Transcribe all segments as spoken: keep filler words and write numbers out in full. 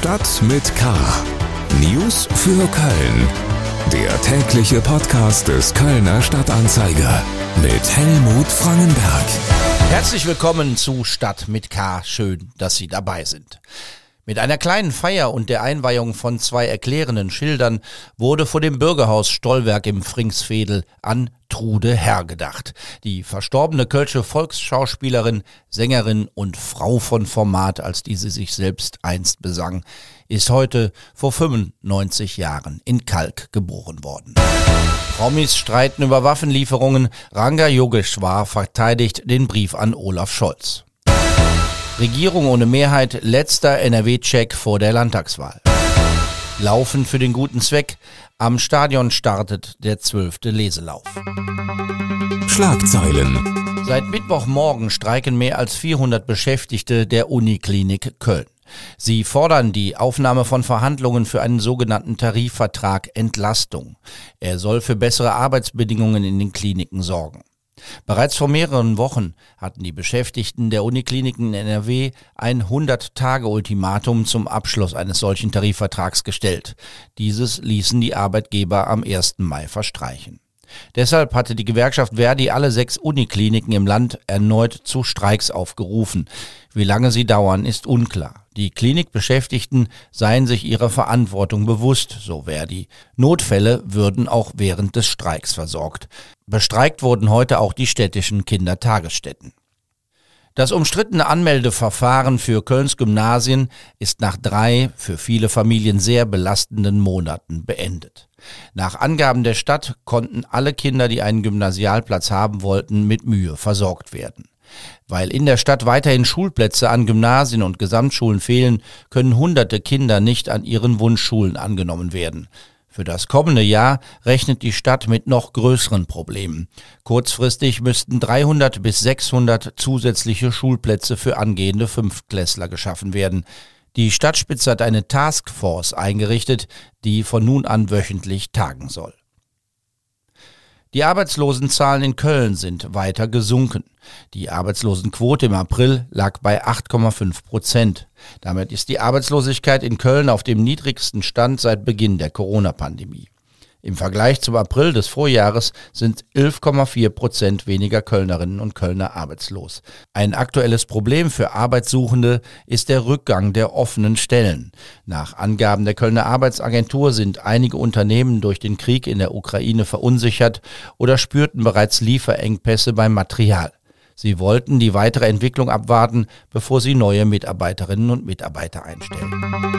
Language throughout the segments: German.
Stadt mit K. News für Köln. Der tägliche Podcast des Kölner Stadtanzeiger mit Helmut Frangenberg. Herzlich willkommen zu Stadt mit K. Schön, dass Sie dabei sind. Mit einer kleinen Feier und der Einweihung von zwei erklärenden Schildern wurde vor dem Bürgerhaus Stollwerk im Fringsvedel an Trude Herr gedacht. Die verstorbene kölsche Volksschauspielerin, Sängerin und Frau von Format, als die sie sich selbst einst besang, ist heute vor fünfundneunzig Jahren in Kalk geboren worden. Promis streiten über Waffenlieferungen. Ranga Yogeshwar verteidigt den Brief an Olaf Scholz. Regierung ohne Mehrheit, letzter N R W-Check vor der Landtagswahl. Laufen für den guten Zweck. Am Stadion startet der zwölfte Leselauf. Schlagzeilen. Seit Mittwochmorgen streiken mehr als vierhundert Beschäftigte der Uniklinik Köln. Sie fordern die Aufnahme von Verhandlungen für einen sogenannten Tarifvertrag Entlastung. Er soll für bessere Arbeitsbedingungen in den Kliniken sorgen. Bereits vor mehreren Wochen hatten die Beschäftigten der Unikliniken in N R W ein hundert-Tage-Ultimatum zum Abschluss eines solchen Tarifvertrags gestellt. Dieses ließen die Arbeitgeber am ersten Mai verstreichen. Deshalb hatte die Gewerkschaft Verdi alle sechs Unikliniken im Land erneut zu Streiks aufgerufen. Wie lange sie dauern, ist unklar. Die Klinikbeschäftigten seien sich ihrer Verantwortung bewusst, so Verdi. Notfälle würden auch während des Streiks versorgt. Bestreikt wurden heute auch die städtischen Kindertagesstätten. Das umstrittene Anmeldeverfahren für Kölns Gymnasien ist nach drei für viele Familien sehr belastenden Monaten beendet. Nach Angaben der Stadt konnten alle Kinder, die einen Gymnasialplatz haben wollten, mit Mühe versorgt werden. Weil in der Stadt weiterhin Schulplätze an Gymnasien und Gesamtschulen fehlen, können hunderte Kinder nicht an ihren Wunschschulen angenommen werden. Für das kommende Jahr rechnet die Stadt mit noch größeren Problemen. Kurzfristig müssten dreihundert bis sechshundert zusätzliche Schulplätze für angehende Fünftklässler geschaffen werden. Die Stadtspitze hat eine Taskforce eingerichtet, die von nun an wöchentlich tagen soll. Die Arbeitslosenzahlen in Köln sind weiter gesunken. Die Arbeitslosenquote im April lag bei acht Komma fünf Prozent. Damit ist die Arbeitslosigkeit in Köln auf dem niedrigsten Stand seit Beginn der Corona-Pandemie. Im Vergleich zum April des Vorjahres sind elf Komma vier Prozent weniger Kölnerinnen und Kölner arbeitslos. Ein aktuelles Problem für Arbeitssuchende ist der Rückgang der offenen Stellen. Nach Angaben der Kölner Arbeitsagentur sind einige Unternehmen durch den Krieg in der Ukraine verunsichert oder spürten bereits Lieferengpässe beim Material. Sie wollten die weitere Entwicklung abwarten, bevor sie neue Mitarbeiterinnen und Mitarbeiter einstellen.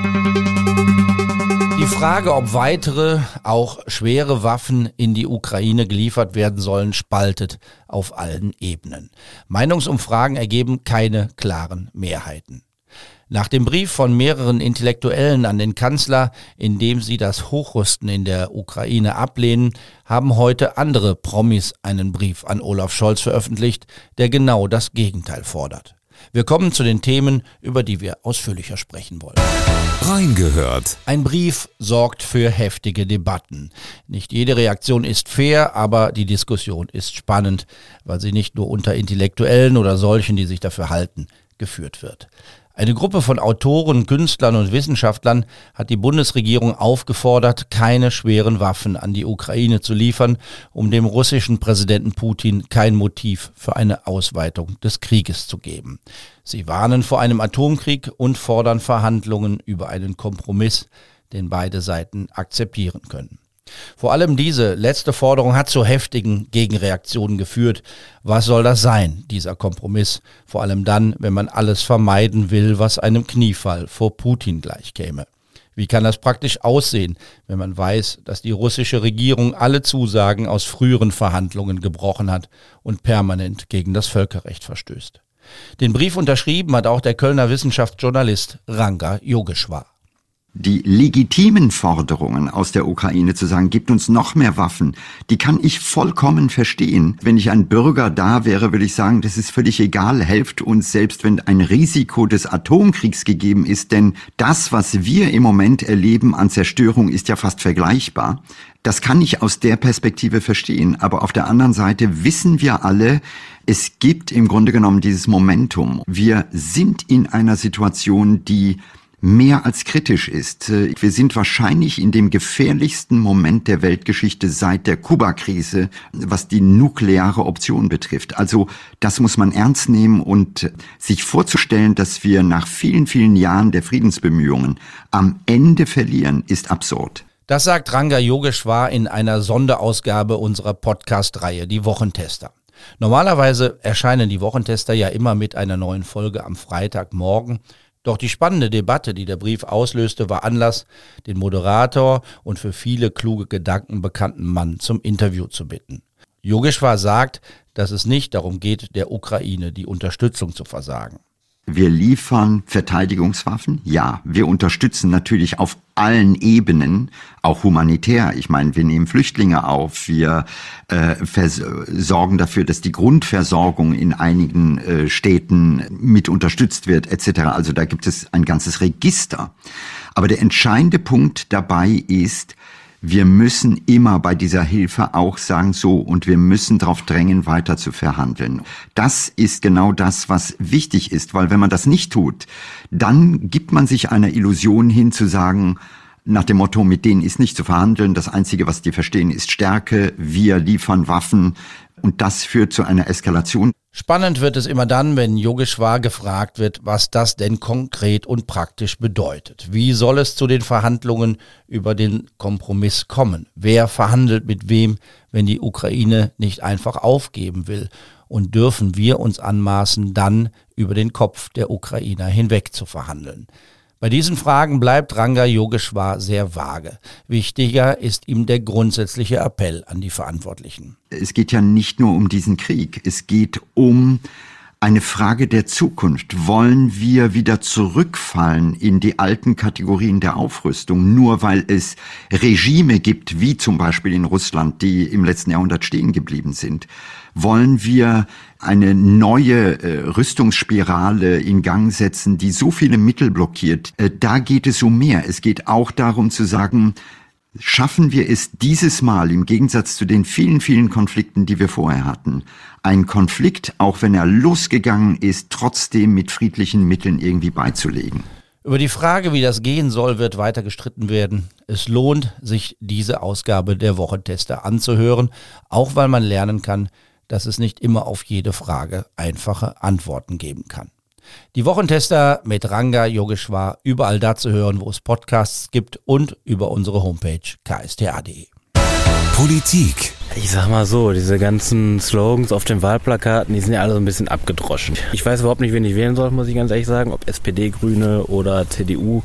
Die Frage, ob weitere, auch schwere Waffen in die Ukraine geliefert werden sollen, spaltet auf allen Ebenen. Meinungsumfragen ergeben keine klaren Mehrheiten. Nach dem Brief von mehreren Intellektuellen an den Kanzler, in dem sie das Hochrüsten in der Ukraine ablehnen, haben heute andere Promis einen Brief an Olaf Scholz veröffentlicht, der genau das Gegenteil fordert. Wir kommen zu den Themen, über die wir ausführlicher sprechen wollen. Reingehört. Ein Brief sorgt für heftige Debatten. Nicht jede Reaktion ist fair, aber die Diskussion ist spannend, weil sie nicht nur unter Intellektuellen oder solchen, die sich dafür halten, geführt wird. Eine Gruppe von Autoren, Künstlern und Wissenschaftlern hat die Bundesregierung aufgefordert, keine schweren Waffen an die Ukraine zu liefern, um dem russischen Präsidenten Putin kein Motiv für eine Ausweitung des Krieges zu geben. Sie warnen vor einem Atomkrieg und fordern Verhandlungen über einen Kompromiss, den beide Seiten akzeptieren können. Vor allem diese letzte Forderung hat zu heftigen Gegenreaktionen geführt. Was soll das sein, dieser Kompromiss? Vor allem dann, wenn man alles vermeiden will, was einem Kniefall vor Putin gleichkäme. Wie kann das praktisch aussehen, wenn man weiß, dass die russische Regierung alle Zusagen aus früheren Verhandlungen gebrochen hat und permanent gegen das Völkerrecht verstößt? Den Brief unterschrieben hat auch der Kölner Wissenschaftsjournalist Ranga Yogeshwar. Die legitimen Forderungen aus der Ukraine zu sagen, gibt uns noch mehr Waffen, die kann ich vollkommen verstehen. Wenn ich ein Bürger da wäre, würde ich sagen, das ist völlig egal, helft uns, selbst wenn ein Risiko des Atomkriegs gegeben ist, denn das, was wir im Moment erleben an Zerstörung, ist ja fast vergleichbar. Das kann ich aus der Perspektive verstehen, aber auf der anderen Seite wissen wir alle, es gibt im Grunde genommen dieses Momentum. Wir sind in einer Situation, die mehr als kritisch ist. Wir sind wahrscheinlich in dem gefährlichsten Moment der Weltgeschichte seit der Kuba-Krise, was die nukleare Option betrifft. Also das muss man ernst nehmen und sich vorzustellen, dass wir nach vielen, vielen Jahren der Friedensbemühungen am Ende verlieren, ist absurd. Das sagt Ranga Yogeshwar in einer Sonderausgabe unserer Podcast-Reihe, die Wochentester. Normalerweise erscheinen die Wochentester ja immer mit einer neuen Folge am Freitagmorgen. Doch die spannende Debatte, die der Brief auslöste, war Anlass, den Moderator und für viele kluge Gedanken bekannten Mann zum Interview zu bitten. Yogeshwar sagt, dass es nicht darum geht, der Ukraine die Unterstützung zu versagen. Wir liefern Verteidigungswaffen, ja. Wir unterstützen natürlich auf allen Ebenen, auch humanitär. Ich meine, wir nehmen Flüchtlinge auf, wir äh, vers- sorgen dafür, dass die Grundversorgung in einigen äh, Städten mit unterstützt wird, et cetera. Also da gibt es ein ganzes Register. Aber der entscheidende Punkt dabei ist, wir müssen immer bei dieser Hilfe auch sagen, so, und wir müssen darauf drängen, weiter zu verhandeln. Das ist genau das, was wichtig ist, weil wenn man das nicht tut, dann gibt man sich einer Illusion hin zu sagen, nach dem Motto, mit denen ist nicht zu verhandeln, das Einzige, was die verstehen, ist Stärke, wir liefern Waffen und das führt zu einer Eskalation. Spannend wird es immer dann, wenn Yogeshwar gefragt wird, was das denn konkret und praktisch bedeutet. Wie soll es zu den Verhandlungen über den Kompromiss kommen? Wer verhandelt mit wem, wenn die Ukraine nicht einfach aufgeben will? Und dürfen wir uns anmaßen, dann über den Kopf der Ukrainer hinweg zu verhandeln? Bei diesen Fragen bleibt Ranga Yogeshwar sehr vage. Wichtiger ist ihm der grundsätzliche Appell an die Verantwortlichen. Es geht ja nicht nur um diesen Krieg, es geht um eine Frage der Zukunft. Wollen wir wieder zurückfallen in die alten Kategorien der Aufrüstung, nur weil es Regime gibt, wie zum Beispiel in Russland, die im letzten Jahrhundert stehen geblieben sind? Wollen wir eine neue äh, Rüstungsspirale in Gang setzen, die so viele Mittel blockiert? Äh, da geht es um mehr. Es geht auch darum zu sagen, schaffen wir es dieses Mal, im Gegensatz zu den vielen, vielen Konflikten, die wir vorher hatten, einen Konflikt, auch wenn er losgegangen ist, trotzdem mit friedlichen Mitteln irgendwie beizulegen. Über die Frage, wie das gehen soll, wird weiter gestritten werden. Es lohnt, sich diese Ausgabe der Wochentester anzuhören, auch weil man lernen kann, dass es nicht immer auf jede Frage einfache Antworten geben kann. Die Wochentester mit Ranga Yogeshwar überall da zu hören, wo es Podcasts gibt und über unsere Homepage k s t a punkt d e. Politik. Ich sag mal so, diese ganzen Slogans auf den Wahlplakaten, die sind ja alle so ein bisschen abgedroschen. Ich weiß überhaupt nicht, wen ich wählen soll, muss ich ganz ehrlich sagen, ob S P D, Grüne oder C D U.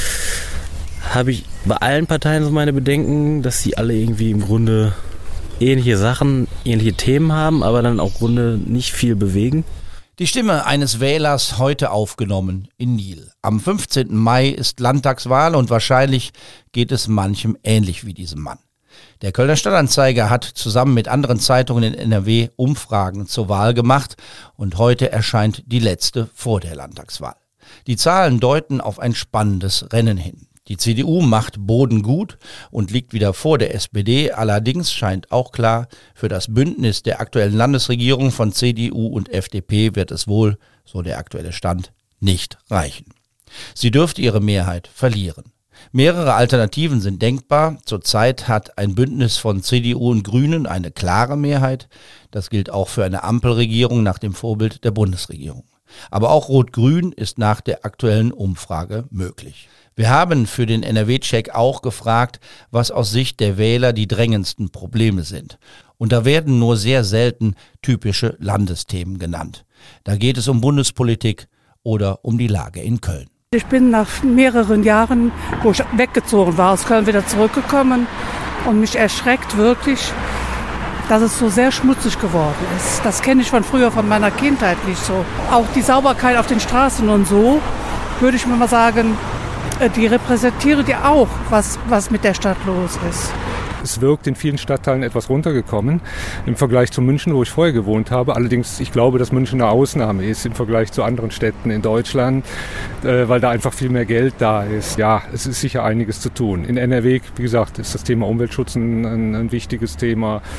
Habe ich bei allen Parteien so meine Bedenken, dass sie alle irgendwie im Grunde ähnliche Sachen, ähnliche Themen haben, aber dann auch im Grunde nicht viel bewegen. Die Stimme eines Wählers heute aufgenommen in Nil. Am fünfzehnten Mai ist Landtagswahl und wahrscheinlich geht es manchem ähnlich wie diesem Mann. Der Kölner Stadtanzeiger hat zusammen mit anderen Zeitungen in N R W Umfragen zur Wahl gemacht und heute erscheint die letzte vor der Landtagswahl. Die Zahlen deuten auf ein spannendes Rennen hin. Die C D U macht Boden gut und liegt wieder vor der S P D. Allerdings scheint auch klar, für das Bündnis der aktuellen Landesregierung von C D U und F D P wird es wohl, so der aktuelle Stand, nicht reichen. Sie dürfte ihre Mehrheit verlieren. Mehrere Alternativen sind denkbar. Zurzeit hat ein Bündnis von C D U und Grünen eine klare Mehrheit. Das gilt auch für eine Ampelregierung nach dem Vorbild der Bundesregierung. Aber auch Rot-Grün ist nach der aktuellen Umfrage möglich. Wir haben für den N R W-Check auch gefragt, was aus Sicht der Wähler die drängendsten Probleme sind. Und da werden nur sehr selten typische Landesthemen genannt. Da geht es um Bundespolitik oder um die Lage in Köln. Ich bin nach mehreren Jahren, wo ich weggezogen war, aus Köln wieder zurückgekommen und mich erschreckt wirklich, dass es so sehr schmutzig geworden ist. Das kenne ich von früher, von meiner Kindheit nicht so. Auch die Sauberkeit auf den Straßen und so, würde ich mir mal sagen, die repräsentieren ja auch, was, was mit der Stadt los ist. Es wirkt in vielen Stadtteilen etwas runtergekommen im Vergleich zu München, wo ich vorher gewohnt habe. Allerdings, ich glaube, dass München eine Ausnahme ist im Vergleich zu anderen Städten in Deutschland, äh, weil da einfach viel mehr Geld da ist. Ja, es ist sicher einiges zu tun. In N R W, wie gesagt, ist das Thema Umweltschutz ein, ein, ein wichtiges Thema.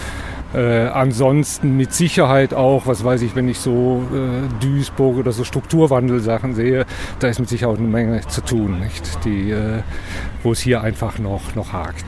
Äh, ansonsten mit Sicherheit auch, was weiß ich, wenn ich so äh, Duisburg oder so Strukturwandelsachen sehe, da ist mit Sicherheit eine Menge zu tun, nicht? Die, äh, wo es hier einfach noch, noch hakt.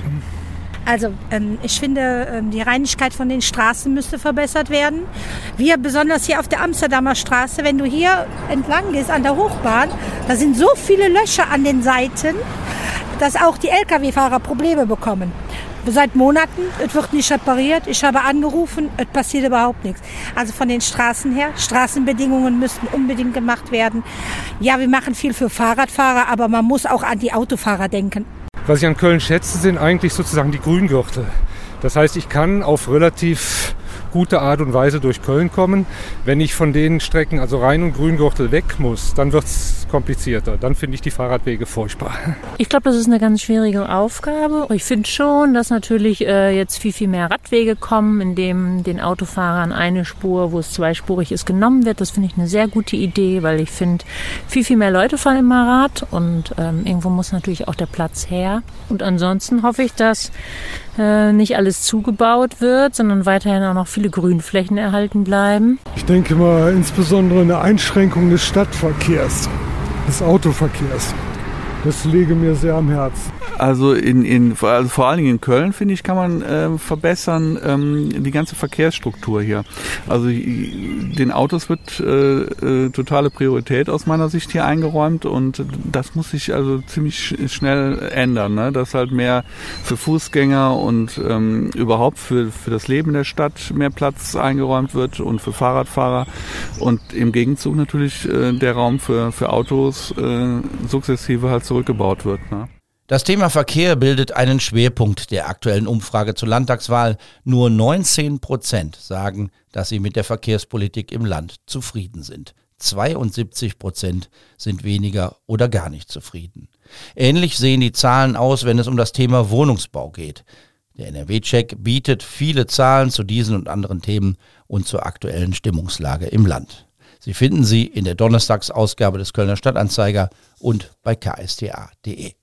Also ähm, ich finde, ähm, die Reinigkeit von den Straßen müsste verbessert werden. Wir, besonders hier auf der Amsterdamer Straße, wenn du hier entlang gehst an der Hochbahn, da sind so viele Löcher an den Seiten, dass auch die L K W-Fahrer Probleme bekommen. Seit Monaten, es wird nicht repariert. Ich habe angerufen, es passiert überhaupt nichts. Also von den Straßen her, Straßenbedingungen müssten unbedingt gemacht werden. Ja, wir machen viel für Fahrradfahrer, aber man muss auch an die Autofahrer denken. Was ich an Köln schätze, sind eigentlich sozusagen die Grüngürtel. Das heißt, ich kann auf relativ gute Art und Weise durch Köln kommen. Wenn ich von den Strecken, also Rhein- und Grüngürtel, weg muss, dann wird es komplizierter. Dann finde ich die Fahrradwege furchtbar. Ich glaube, das ist eine ganz schwierige Aufgabe. Ich finde schon, dass natürlich äh, jetzt viel, viel mehr Radwege kommen, in dem den Autofahrern eine Spur, wo es zweispurig ist, genommen wird. Das finde ich eine sehr gute Idee, weil ich finde, viel, viel mehr Leute fahren immer Rad und ähm, irgendwo muss natürlich auch der Platz her. Und ansonsten hoffe ich, dass äh, nicht alles zugebaut wird, sondern weiterhin auch noch viele Grünflächen erhalten bleiben. Ich denke mal insbesondere eine Einschränkung des Stadtverkehrs, des Autoverkehrs. Das liege mir sehr am Herzen. Also, in, in, also vor allen Dingen in Köln, finde ich, kann man äh, verbessern ähm, die ganze Verkehrsstruktur hier. Also den Autos wird äh, äh, totale Priorität aus meiner Sicht hier eingeräumt und das muss sich also ziemlich schnell ändern, ne? Dass halt mehr für Fußgänger und ähm, überhaupt für, für das Leben in der Stadt mehr Platz eingeräumt wird und für Fahrradfahrer und im Gegenzug natürlich äh, der Raum für, für Autos äh, sukzessive halt zurückgebaut wird, ne? Das Thema Verkehr bildet einen Schwerpunkt der aktuellen Umfrage zur Landtagswahl. Nur neunzehn Prozent sagen, dass sie mit der Verkehrspolitik im Land zufrieden sind. zweiundsiebzig Prozent sind weniger oder gar nicht zufrieden. Ähnlich sehen die Zahlen aus, wenn es um das Thema Wohnungsbau geht. Der N R W-Check bietet viele Zahlen zu diesen und anderen Themen und zur aktuellen Stimmungslage im Land. Sie finden sie in der Donnerstagsausgabe des Kölner Stadtanzeiger und bei k s t a punkt d e.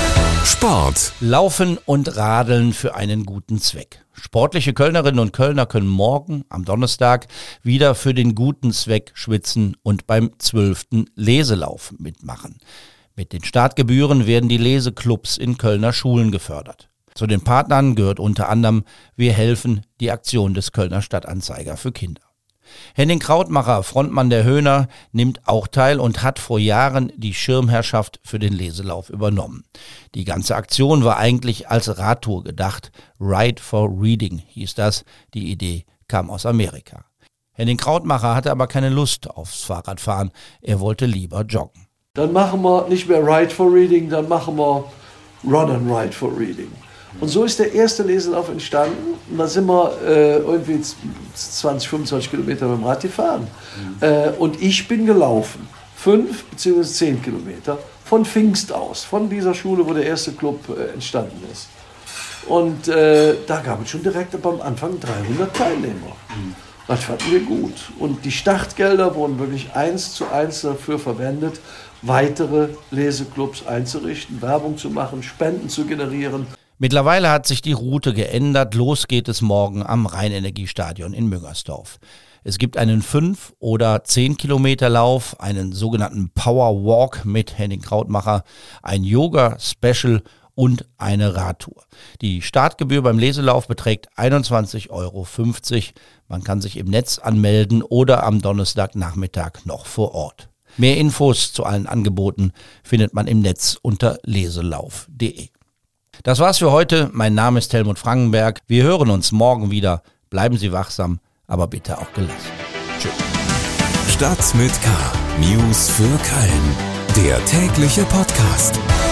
Sport. Laufen und Radeln für einen guten Zweck. Sportliche Kölnerinnen und Kölner können morgen, am Donnerstag, wieder für den guten Zweck schwitzen und beim zwölften Leselaufen mitmachen. Mit den Startgebühren werden die Leseclubs in Kölner Schulen gefördert. Zu den Partnern gehört unter anderem Wir helfen, die Aktion des Kölner Stadtanzeiger für Kinder. Henning Krautmacher, Frontmann der Höhner, nimmt auch teil und hat vor Jahren die Schirmherrschaft für den Leselauf übernommen. Die ganze Aktion war eigentlich als Radtour gedacht. Ride for Reading hieß das. Die Idee kam aus Amerika. Henning Krautmacher hatte aber keine Lust aufs Fahrradfahren. Er wollte lieber joggen. Dann machen wir nicht mehr Ride for Reading, dann machen wir Run and Ride for Reading. Und so ist der erste Leselauf entstanden. Und da sind wir äh, irgendwie zwanzig, fünfundzwanzig Kilometer mit dem Rad gefahren. Mhm. Äh, und ich bin gelaufen. Fünf bzw. zehn Kilometer von Pfingst aus. Von dieser Schule, wo der erste Club äh, entstanden ist. Und äh, da gab es schon direkt am Anfang dreihundert Teilnehmer. Mhm. Das fanden wir gut. Und die Startgelder wurden wirklich eins zu eins dafür verwendet, weitere Leseclubs einzurichten, Werbung zu machen, Spenden zu generieren. Mittlerweile hat sich die Route geändert. Los geht es morgen am Rheinenergiestadion in Müngersdorf. Es gibt einen fünf- oder zehn Kilometer Lauf, einen sogenannten Power Walk mit Henning Krautmacher, ein Yoga-Special und eine Radtour. Die Startgebühr beim Leselauf beträgt einundzwanzig Euro fünfzig. Man kann sich im Netz anmelden oder am Donnerstagnachmittag noch vor Ort. Mehr Infos zu allen Angeboten findet man im Netz unter leselauf punkt de. Das war's für heute. Mein Name ist Helmut Frankenberg. Wir hören uns morgen wieder. Bleiben Sie wachsam, aber bitte auch gelassen. Tschüss. Stadt mit K. News für Köln. Der tägliche Podcast.